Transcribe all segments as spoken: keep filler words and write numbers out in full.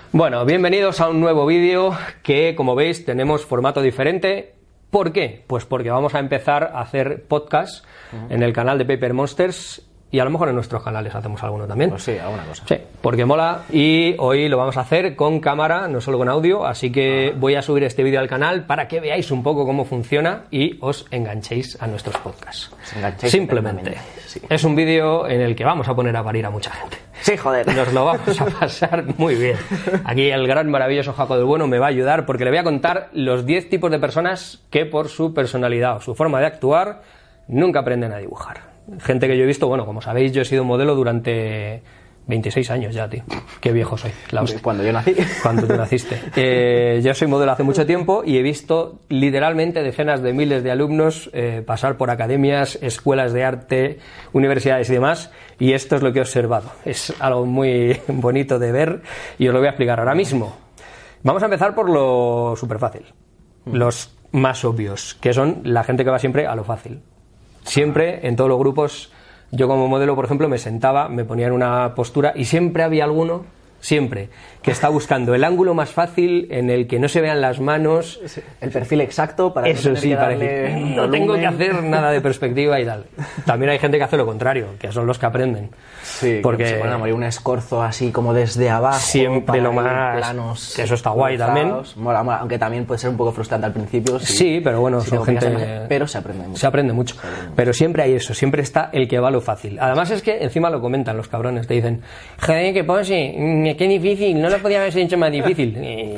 Bueno, bienvenidos a un nuevo vídeo que, como veis, tenemos formato diferente. ¿Por qué? Pues porque vamos a empezar a hacer podcast uh-huh. en el canal de Paper Monsters y a lo mejor en nuestros canales hacemos alguno también. Pues sí, alguna cosa. Sí, porque mola y hoy lo vamos a hacer con cámara, no solo con audio, así que uh-huh. voy a subir este vídeo al canal para que veáis un poco cómo funciona y os enganchéis a nuestros podcasts. Os enganchéis Simplemente. Sí. Es un vídeo en el que vamos a poner a parir a mucha gente. Sí, joder. Nos lo vamos a pasar muy bien. Aquí el gran maravilloso Jaco del Bueno me va a ayudar porque le voy a contar los diez tipos de personas que por su personalidad o su forma de actuar nunca aprenden a dibujar. Gente que yo he visto, bueno, como sabéis, yo he sido modelo durante veintiséis años ya, tío. Qué viejo soy. La Cuando yo nací. Cuando tú naciste. Eh, yo soy modelo hace mucho tiempo y he visto literalmente decenas de miles de alumnos eh, pasar por academias, escuelas de arte, universidades y demás, y esto es lo que he observado. Es algo muy bonito de ver y os lo voy a explicar ahora mismo. Vamos a empezar por lo súper fácil. Los más obvios, que son la gente que va siempre a lo fácil. Siempre, en todos los grupos, yo como modelo, por ejemplo, me sentaba, me ponía en una postura y siempre había alguno, siempre, que está buscando el ángulo más fácil en el que no se vean las manos. El perfil exacto para Eso no sí, para que no tengo que hacer nada de perspectiva y tal. También hay gente que hace lo contrario, que son los que aprenden. Sí, porque se van a morir un escorzo así como desde abajo. Siempre lo más planos, que eso está guay también. Mola, mola, aunque también puede ser un poco frustrante al principio. Si, sí, pero bueno, si son gente. Hacer, pero se aprende mucho. Se aprende mucho. Se aprende mucho. Pero siempre hay eso, siempre está el que va a lo fácil. Además es que encima lo comentan los cabrones, te dicen, joder, que pose, qué difícil, no lo podía haber hecho más difícil.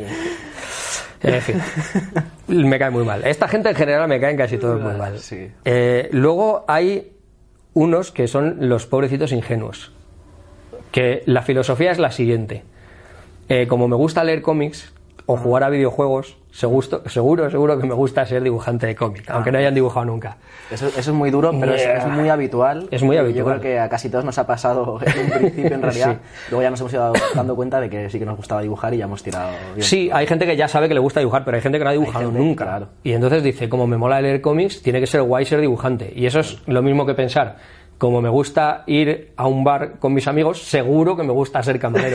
En fin, me cae muy mal. Esta gente en general me caen casi todos muy mal. Sí. Eh, luego hay unos que son los pobrecitos ingenuos. Que la filosofía es la siguiente. Eh, como me gusta leer cómics o jugar a videojuegos, seguro, seguro, seguro que me gusta ser dibujante de cómic, ah, aunque no hayan dibujado nunca. Eso, eso es muy duro, pero yeah. es, es muy habitual. Es muy habitual. Yo creo que a casi todos nos ha pasado en un principio, en realidad. Sí. Luego ya nos hemos ido dando cuenta de que sí que nos gustaba dibujar y ya hemos tirado bien. Sí, hay gente que ya sabe que le gusta dibujar, pero hay gente que no ha dibujado gente, nunca. Claro. Y entonces dice, como me mola leer cómics, tiene que ser guay ser dibujante. Y eso es lo mismo que pensar, como me gusta ir a un bar con mis amigos, seguro que me gusta ser camarero.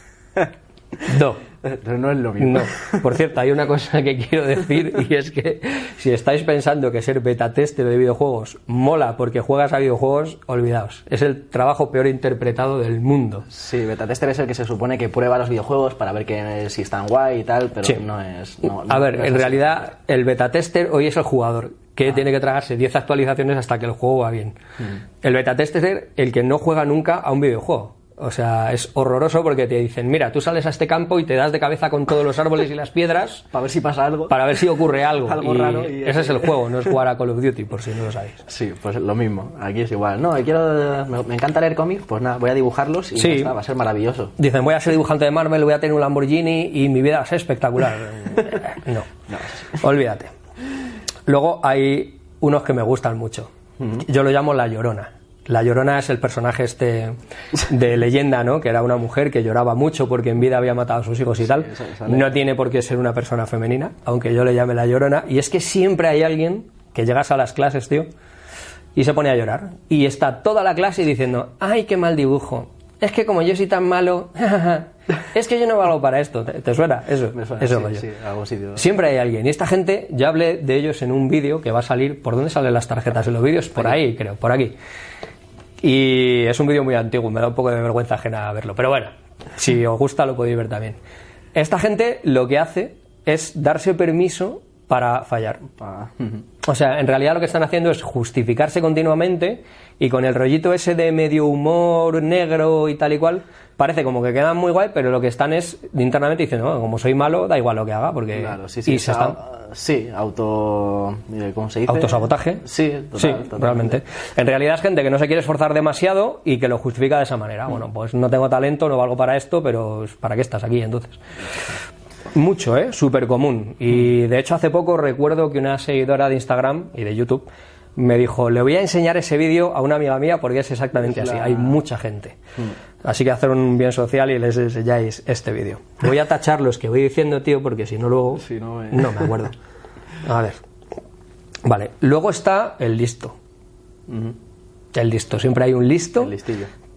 No. Pero no es lo mismo. No. Por cierto, hay una cosa que quiero decir y es que si estáis pensando que ser beta tester de videojuegos mola porque juegas a videojuegos, olvidaos. Es el trabajo peor interpretado del mundo. Sí, beta tester es el que se supone que prueba los videojuegos para ver que, si están guay y tal, pero sí. no es... No, a no, ver, no es en así. realidad el beta tester hoy es el jugador que ah. tiene que tragarse diez actualizaciones hasta que el juego va bien. Mm. El beta tester el que no juega nunca a un videojuego. O sea, es horroroso porque te dicen, mira, tú sales a este campo y te das de cabeza con todos los árboles y las piedras para ver si pasa algo, para ver si ocurre algo, algo y raro y ese es el juego, no es jugar a Call of Duty, por si no lo sabéis. Sí, pues lo mismo, aquí es igual. No, quiero, me, me encanta leer cómics, pues nada, voy a dibujarlos y sí. está, va a ser maravilloso. Dicen, voy a ser dibujante de Marvel, voy a tener un Lamborghini y mi vida va a ser espectacular. No, no olvídate. Luego hay unos que me gustan mucho. Uh-huh. Yo lo llamo La Llorona. La Llorona es el personaje este de leyenda, ¿no? Que era una mujer que lloraba mucho porque en vida había matado a sus hijos y tal. Sí, no tiene por qué ser una persona femenina, aunque yo le llame La Llorona. Y es que siempre hay alguien que llegas a las clases, tío, y se pone a llorar. Y está toda la clase diciendo, ¡ay, qué mal dibujo! Es que como yo soy tan malo, es que yo no valgo para esto. ¿Te, te suena? Eso, Me suena, eso sí, rollo. Sí, algo sitio. Siempre hay alguien. Y esta gente, ya hablé de ellos en un vídeo que va a salir. ¿Por dónde salen las tarjetas en los vídeos? Por ahí, creo, por aquí. Y es un vídeo muy antiguo, me da un poco de vergüenza ajena verlo. Pero bueno, si os gusta lo podéis ver también. Esta gente lo que hace es darse permiso para fallar. O sea, en realidad lo que están haciendo es justificarse continuamente y con el rollito ese de medio humor negro y tal y cual, parece como que quedan muy guay, pero lo que están es internamente diciendo, oh, como soy malo, da igual lo que haga, porque... Claro, sí, sí, y se están... uh, sí, auto... ¿Cómo se dice? Autosabotaje. Sí, total, sí, totalmente. realmente. En realidad es gente que no se quiere esforzar demasiado y que lo justifica de esa manera. Mm. Bueno, pues no tengo talento, no valgo para esto, pero ¿para qué estás aquí entonces? Mucho, ¿eh? Súper común. Y de hecho hace poco recuerdo que una seguidora de Instagram y de YouTube me dijo, le voy a enseñar ese vídeo a una amiga mía porque es exactamente es la... así, hay mucha gente. Mm. Así que hacer un bien social y les enseñáis este vídeo. Voy a tachar los que voy diciendo, tío, porque si no luego si no, me... no me acuerdo. A ver. Vale, luego está el listo. Uh-huh. El listo, siempre hay un listo. El listillo.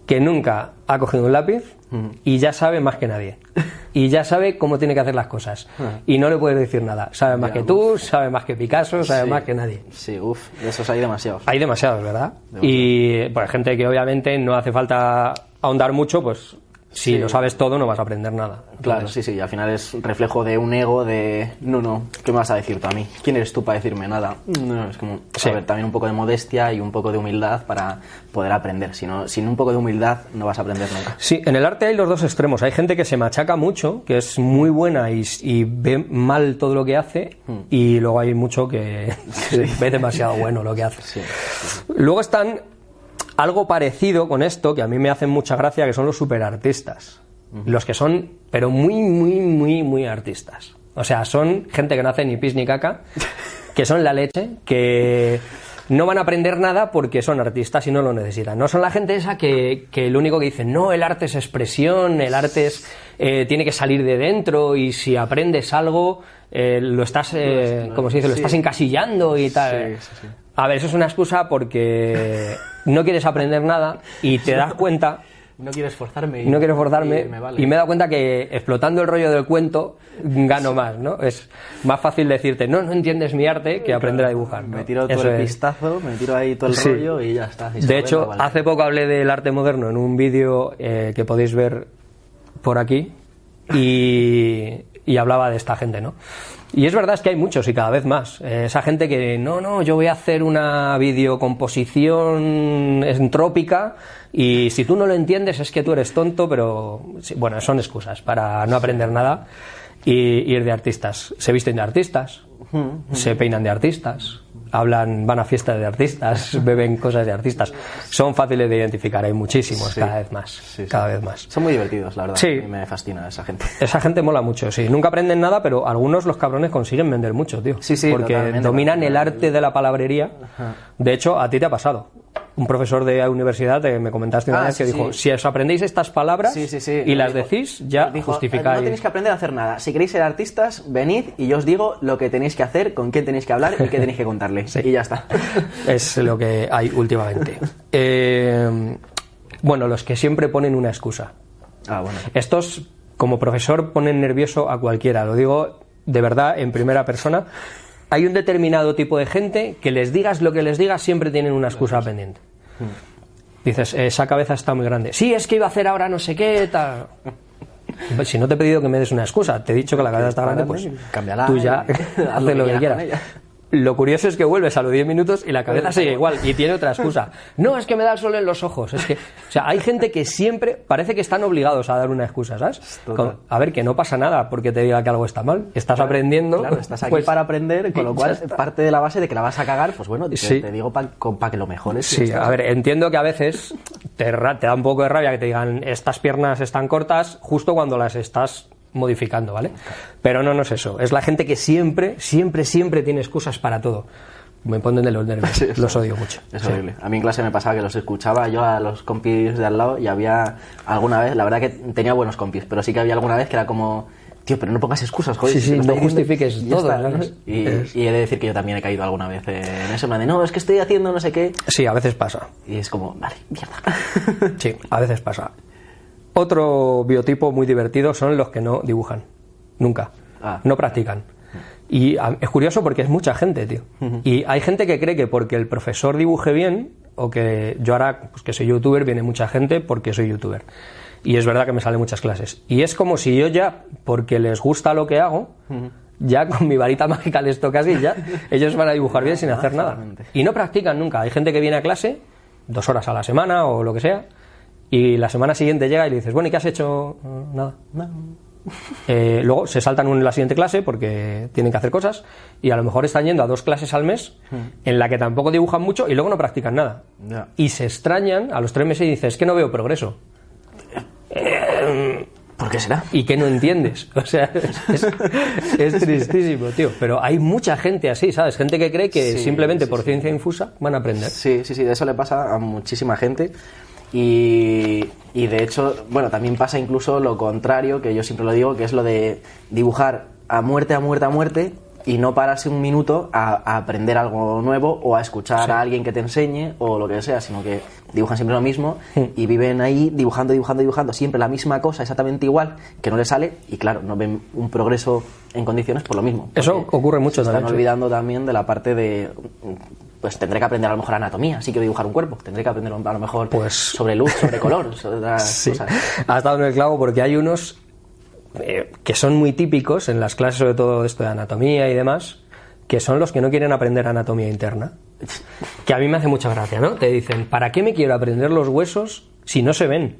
que nunca ha cogido un lápiz y ya sabe más que nadie. Y ya sabe cómo tiene que hacer las cosas. Y no le puedes decir nada. Sabe más ya, que tú, uf. sabe más que Picasso, sabe sí. más que nadie. Sí, uff, de esos hay demasiados. Hay demasiados, ¿verdad? Demasiado. Y pues gente que obviamente no hace falta ahondar mucho, pues si sí. lo sabes todo no vas a aprender nada. Claro, Entonces, sí, sí, al final es reflejo de un ego de, no, no, ¿qué me vas a decir tú a mí? ¿Quién eres tú para decirme nada? No, es como, sí. a ver, también un poco de modestia y un poco de humildad para poder aprender. Si no, sin un poco de humildad no vas a aprender nunca. Sí, en el arte hay los dos extremos. Hay gente que se machaca mucho, que es muy buena y, y ve mal todo lo que hace, hmm. y luego hay mucho que sí. ve demasiado bueno lo que hace. Sí, sí, sí. Luego están algo parecido con esto, que a mí me hacen mucha gracia, que son los superartistas. Uh-huh. Los que son, pero muy, muy, muy, muy artistas. O sea, son gente que no hace ni pis ni caca, que son la leche, que no van a aprender nada porque son artistas y no lo necesitan. No son la gente esa que, que lo único que dicen, no, el arte es expresión, el arte es, eh, tiene que salir de dentro y si aprendes algo, eh, lo estás, eh, no, no, como se dice, lo sí. estás encasillando y tal. Sí, sí, sí. A ver, eso es una excusa porque no quieres aprender nada y te das cuenta... No quiero esforzarme. Y, no quiero esforzarme y me, vale. y me he dado cuenta que explotando el rollo del cuento gano más, ¿no? Es más fácil decirte, no, no entiendes mi arte que aprender a dibujar, ¿no? Me tiro todo Eso el pistazo, es. me tiro ahí todo el sí. rollo y ya está. Y de hecho, vale. hace poco hablé del arte moderno en un vídeo eh, que podéis ver por aquí y, y hablaba de esta gente, ¿no? Y es verdad, es que hay muchos y cada vez más. Eh, esa gente que, no, no, yo voy a hacer una videocomposición entrópica y si tú no lo entiendes es que tú eres tonto, pero bueno, son excusas para no aprender nada y ir de artistas. Se visten de artistas, se peinan de artistas, hablan, van a fiestas de artistas, beben cosas de artistas. Son fáciles de identificar, hay muchísimos, sí. cada vez más, sí, sí. cada vez más. Son muy divertidos, la verdad. Sí. A mí me fascina esa gente. Esa gente mola mucho, sí. Nunca aprenden nada, pero algunos, los cabrones, consiguen vender mucho, tío. Sí, sí, porque dominan el arte de la palabrería. Ajá. De hecho, a ti te ha pasado. Un profesor de universidad, eh, me comentaste una ah, vez sí, que dijo, sí. si os aprendéis estas palabras sí, sí, sí. y las dijo, decís, ya dijo, justificáis. No tenéis que aprender a hacer nada. Si queréis ser artistas, venid y yo os digo lo que tenéis que hacer, con quién tenéis que hablar y qué tenéis que contarle. Sí. Y ya está. Es lo que hay últimamente. Eh, bueno, los que siempre ponen una excusa. Ah, bueno. Estos, como profesor, ponen nervioso a cualquiera. Lo digo de verdad, en primera persona. Hay un determinado tipo de gente que les digas lo que les digas, siempre tienen una excusa pendiente. Hmm. Dices, esa cabeza está muy grande. Sí, es que iba a hacer ahora no sé qué, tal. Si no te he pedido que me des una excusa, te he dicho que la cabeza está grande, pues cámbiala, tú ya haz lo que quieras. Lo curioso es que vuelves a los diez minutos y la cabeza sigue igual y tiene otra excusa. No, es que me da el sol en los ojos. Es que, o sea, hay gente que siempre parece que están obligados a dar una excusa, ¿sabes? Con, a ver, que no pasa nada porque te diga que algo está mal. Estás claro, aprendiendo. Claro, estás aquí pues, para aprender, con lo cual parte de la base de que la vas a cagar, pues bueno, te, sí. te digo para pa que lo mejores. Sí, a ver, entiendo que a veces te, te da un poco de rabia que te digan estas piernas están cortas justo cuando las estás modificando, ¿vale? Pero no, no es eso. Es la gente que siempre, siempre, siempre tiene excusas para todo. Me ponen de los nervios. Sí, los odio mucho. Es sí. horrible. A mí en clase me pasaba que los escuchaba yo a los compis de al lado y había alguna vez, la verdad que tenía buenos compis, pero sí que había alguna vez que era como, tío, pero no pongas excusas, joder. Sí, sí, no justifiques y todo. Está, ¿no? y, y he de decir que yo también he caído alguna vez en eso, de no, es que estoy haciendo no sé qué. Sí, a veces pasa. Y es como, vale, mierda. Sí, a veces pasa. Otro biotipo muy divertido son los que no dibujan. Nunca. Ah. No practican. Y es curioso porque es mucha gente, tío. Uh-huh. Y hay gente que cree que porque el profesor dibuje bien, o que yo ahora, pues que soy youtuber, viene mucha gente porque soy youtuber. Y es verdad que me salen muchas clases. Y es como si yo ya, porque les gusta lo que hago, uh-huh. ya con mi varita mágica les toca así, ya ellos van a dibujar bien sin hacer nada. Y no practican nunca. Hay gente que viene a clase dos horas a la semana o lo que sea, y la semana siguiente llega y le dices, bueno, ¿y qué has hecho? Uh, nada. No. Eh, luego se saltan en la siguiente clase porque tienen que hacer cosas y a lo mejor están yendo a dos clases al mes en la que tampoco dibujan mucho y luego no practican nada. Yeah. Y se extrañan a los tres meses y dices, es que no veo progreso. Eh, ¿Por qué será? Y que no entiendes. O sea, es, es tristísimo, tío. Pero hay mucha gente así, ¿sabes? Gente que cree que sí, simplemente sí, por sí, ciencia sí. infusa van a aprender. Sí, sí, sí, de eso le pasa a muchísima gente. Y, y de hecho, bueno, también pasa incluso lo contrario, que yo siempre lo digo, que es lo de dibujar a muerte, a muerte, a muerte y no pararse un minuto a, a aprender algo nuevo o a escuchar sí. a alguien que te enseñe o lo que sea, sino que dibujan siempre lo mismo sí. y viven ahí dibujando, dibujando, dibujando siempre la misma cosa, exactamente igual, que no les sale, y claro, no ven un progreso en condiciones por lo mismo. Eso ocurre mucho se también. Están olvidando también de la parte de... Pues tendré que aprender a lo mejor anatomía, si quiero dibujar un cuerpo. Tendré que aprender a lo mejor pues, sobre luz, sobre color, sobre otras sí. cosas. Has dado en el clavo, porque hay unos eh, que son muy típicos en las clases, sobre todo esto de anatomía y demás, que son los que no quieren aprender anatomía interna. Que a mí me hace mucha gracia, ¿no? Te dicen, ¿para qué me quiero aprender los huesos si no se ven?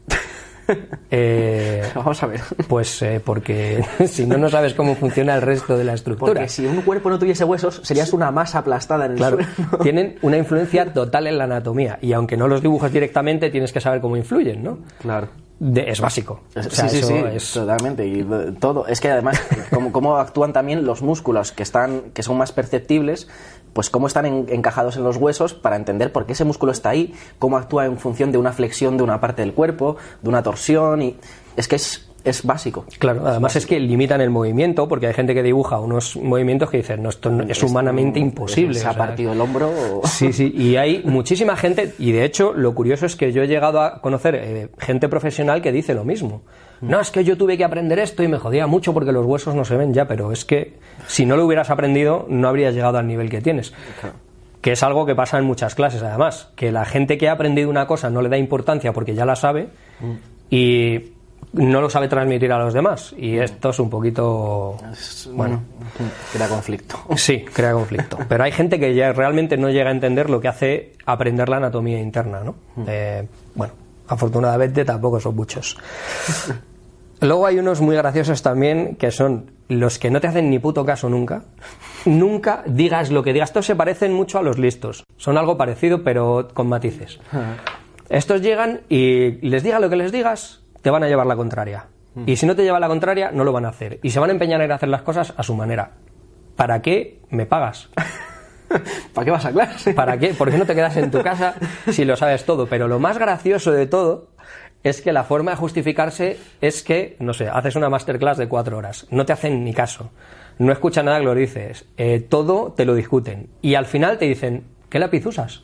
Eh, Vamos a ver. Pues eh, porque si no, no sabes cómo funciona el resto de la estructura. Porque si un cuerpo no tuviese huesos, serías una masa aplastada en el claro, suelo, ¿no? Tienen una influencia total en la anatomía, y aunque no los dibujas directamente, tienes que saber cómo influyen, ¿no? Claro. De, es básico. O sea, sí, sí, sí, es... totalmente. Y todo. Es que además, cómo, cómo actúan también los músculos que están, que son más perceptibles, pues cómo están en, encajados en los huesos para entender por qué ese músculo está ahí, cómo actúa en función de una flexión de una parte del cuerpo, de una torsión, y es que es es básico. Claro, además es, es que limitan el movimiento, porque hay gente que dibuja unos movimientos que dicen, no, esto no, es humanamente imposible. Se ha partido el hombro. O... Sí, sí, y hay muchísima gente, y de hecho lo curioso es que yo he llegado a conocer eh, gente profesional que dice lo mismo. No, es que yo tuve que aprender esto y me jodía mucho porque los huesos no se ven ya, pero es que si no lo hubieras aprendido no habrías llegado al nivel que tienes. Claro. Que es algo que pasa en muchas clases, además, que la gente que ha aprendido una cosa no le da importancia porque ya la sabe mm. y no lo sabe transmitir a los demás, y esto es un poquito es, bueno, crea conflicto. Sí, crea conflicto, pero hay gente que ya realmente no llega a entender lo que hace aprender la anatomía interna, ¿no? Mm. Eh, bueno, afortunadamente tampoco son muchos. Luego hay unos muy graciosos también, que son los que no te hacen ni puto caso nunca. Nunca digas lo que digas. Estos se parecen mucho a los listos, son algo parecido pero con matices. Estos llegan y les diga lo que les digas, te van a llevar la contraria. Y si no te lleva la contraria, no lo van a hacer. Y se van a empeñar en hacer las cosas a su manera. ¿Para qué me pagas? ¿Para qué vas a clase? ¿Para qué? ¿Por qué no te quedas en tu casa si lo sabes todo? Pero lo más gracioso de todo es que la forma de justificarse es que, no sé, haces una masterclass de cuatro horas, no te hacen ni caso, no escuchan nada que lo dices, eh, todo te lo discuten. Y al final te dicen, ¿qué lápiz usas?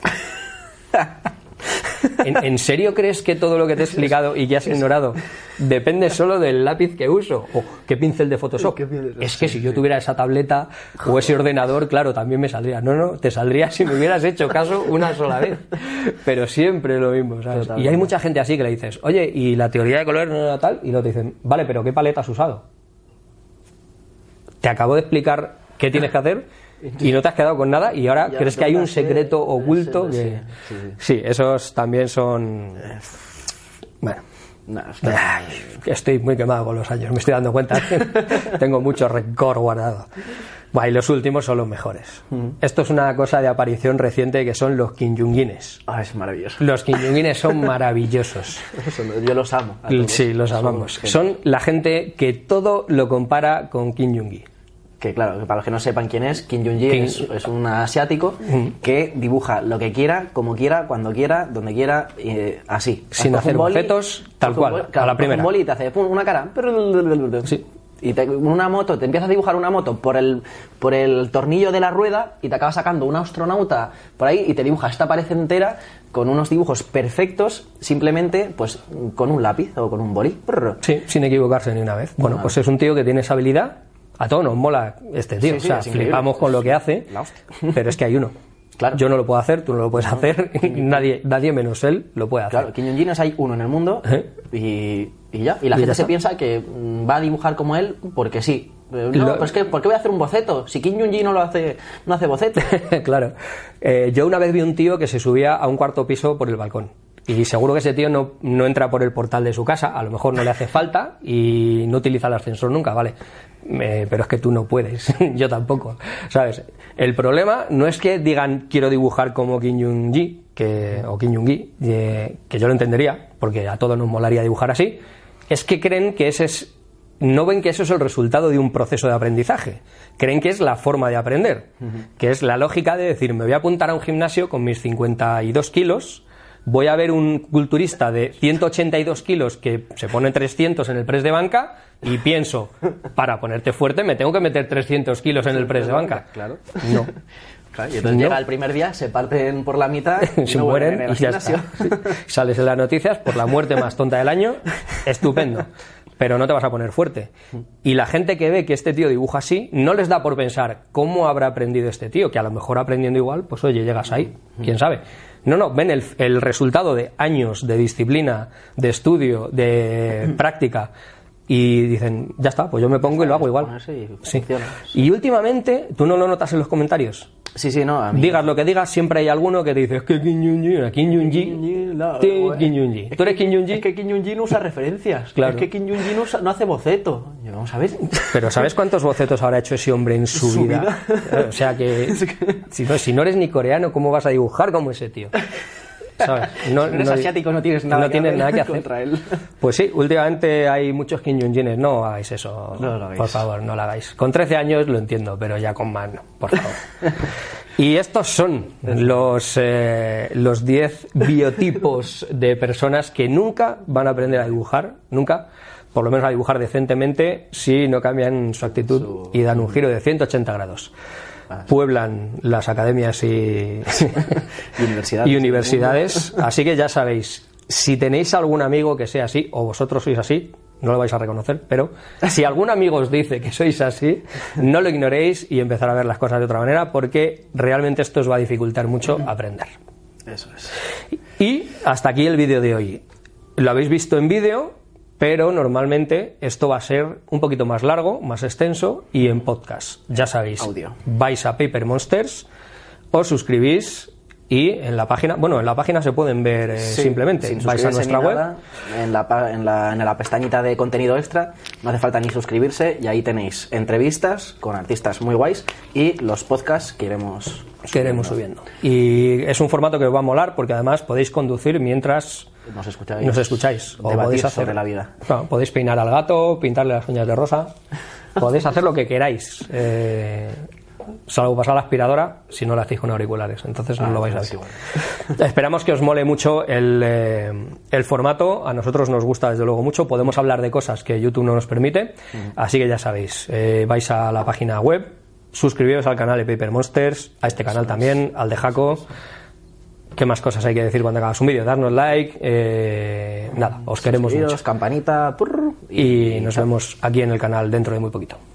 ¿En, ¿En serio crees que todo lo que te he explicado y que has ignorado depende solo del lápiz que uso? ¿O qué pincel de Photoshop? Es que si yo tuviera esa tableta o ese ordenador, claro, también me saldría. No, no, te saldría si me hubieras hecho caso una sola vez. Pero siempre lo mismo, ¿sabes? Y hay mucha gente así que le dices, oye, ¿y la teoría de colores no era tal? Y luego te dicen, vale, pero ¿qué paleta has usado? Te acabo de explicar qué tienes que hacer y no te has quedado con nada, y ahora crees que hay un secreto oculto que... Sí, sí, sí. Sí, esos también son... Bueno, no, es que... Ay, estoy muy quemado con los años, me estoy dando cuenta. Tengo mucho rencor guardado. Bueno, y los últimos son los mejores. Uh-huh. Esto es una cosa de aparición reciente, que son los kinyungines. Ah, es maravilloso. Los kinyungines son maravillosos. Yo los amo. Sí, los amamos. Son la gente que todo lo compara con Kim Jong-gi. Que claro, que para los que no sepan quién es, Kim Jong-gi Kim... es, es un asiático uh-huh. que dibuja lo que quiera, como quiera, cuando quiera, donde quiera, eh, así. Sin hacer bocetos, tal cual, boli, claro, a la primera. Un boli y te hace pum, una cara. Sí. Y te, una moto, te empiezas a dibujar una moto por el, por el tornillo de la rueda y te acaba sacando un astronauta por ahí y te dibuja esta pared entera con unos dibujos perfectos, simplemente pues con un lápiz o con un boli. Sí, sin equivocarse ni una vez. Bueno, no, pues es un tío que tiene esa habilidad. A todos nos mola este tío, sí, sí, o sea, flipamos con lo que hace, pero es que hay uno. Claro. Yo no lo puedo hacer, tú no lo puedes hacer, nadie, nadie menos él lo puede hacer. Claro, Kim Jong-gi hay uno en el mundo ¿Eh? y, y ya. Y la y gente se piensa que va a dibujar como él porque sí. No, lo... pero es que, ¿por qué voy a hacer un boceto? Si Kim Jong-gi no lo hace, no hace boceto. Claro. Eh, yo una vez vi un tío que se subía a un cuarto piso por el balcón. Y seguro que ese tío no, no entra por el portal de su casa, a lo mejor no le hace falta y no utiliza el ascensor nunca, ¿vale? Eh, pero es que tú no puedes, yo tampoco, ¿sabes? El problema no es que digan quiero dibujar como Kim Jong-gi, que, o Kim Jong-gi, eh, que yo lo entendería, porque a todos nos molaría dibujar así, es que creen que ese es... No ven que eso es el resultado de un proceso de aprendizaje, creen que es la forma de aprender, uh-huh. que es la lógica de decir, me voy a apuntar a un gimnasio con mis cincuenta y dos kilos, voy a ver un culturista de ciento ochenta y dos kilos que se pone trescientos en el press de banca y pienso, para ponerte fuerte me tengo que meter trescientos kilos en el press de banca. Claro. No. Claro, y entonces no. Llega el primer día, se parten por la mitad y se no mueren en el y ya está. Sí. Sales en las noticias por la muerte más tonta del año, estupendo. Pero no te vas a poner fuerte. Y la gente que ve que este tío dibuja así, no les da por pensar cómo habrá aprendido este tío, que a lo mejor aprendiendo igual, pues oye, llegas ahí, quién sabe. No, no, ven el, el resultado de años de disciplina, de estudio, de práctica, y dicen, ya está, pues yo me pongo y lo hago igual. Sí. Y últimamente, ¿tú no lo notas en los comentarios? Sí, sí, no. A mí... Digas lo que digas, siempre hay alguno que te dice, es que Kim Jong-un, Kim Jong-un, no, Kim Jong-un. ¿Tú eres Kim Jong-un? Es que Kim Jong-un no usa referencias. Claro. Es que Kim Jong-un usa, no hace boceto. Y vamos a ver. Pero ¿sabes cuántos bocetos habrá hecho ese hombre en su, ¿Su vida? vida? O sea que, si no, si no eres ni coreano, ¿cómo vas a dibujar como ese tío? ¿Sabes? No, si eres no, asiático no tienes nada, no que, tienes hacer nada que hacer contra él. Pues sí, últimamente hay muchos Kim Jong-unes. No hagáis eso, no lo hagáis. Por favor, no lo hagáis. Con trece años lo entiendo, pero ya con más no, por favor. Y estos son los eh, los diez biotipos de personas que nunca van a aprender a dibujar, nunca, por lo menos a dibujar decentemente, si no cambian su actitud su... y dan un giro de ciento ochenta grados. Pueblan las academias y, y universidades, y universidades. Así que ya sabéis, si tenéis algún amigo que sea así, o vosotros sois así, no lo vais a reconocer, pero si algún amigo os dice que sois así, no lo ignoréis y empezar a ver las cosas de otra manera, porque realmente esto os va a dificultar mucho aprender. Eso es. Y hasta aquí el vídeo de hoy. Lo habéis visto en vídeo, pero normalmente esto va a ser un poquito más largo, más extenso y en podcast. Ya sabéis, audio. Vais a Paper Monsters, os suscribís y en la página, bueno, en la página se pueden ver eh, sí, simplemente. Vais a nuestra web. Nada, en, la, en, la, en la pestañita de contenido extra, no hace falta ni suscribirse y ahí tenéis entrevistas con artistas muy guays y los podcasts que iremos que iremos subiendo. Y es un formato que os va a molar porque además podéis conducir mientras nos escucháis, nos escucháis o podéis hacer sobre la vida. No, podéis peinar al gato, pintarle las uñas de rosa, podéis hacer lo que queráis. Eh, salvo pasar la aspiradora si no la hacéis con auriculares, entonces no ah, lo vais a ver. Igual. Esperamos que os mole mucho el, eh, el formato, a nosotros nos gusta desde luego mucho, podemos hablar de cosas que YouTube no nos permite, uh-huh. Así que ya sabéis, eh, vais a la página web, suscribiros al canal de Paper Monsters, a este canal también, al de Jaco. ¿Qué más cosas hay que decir cuando hagas un vídeo? Darnos like, eh, nada, os queremos mucho. Campanita, purr, y, y nos vemos aquí en el canal dentro de muy poquito.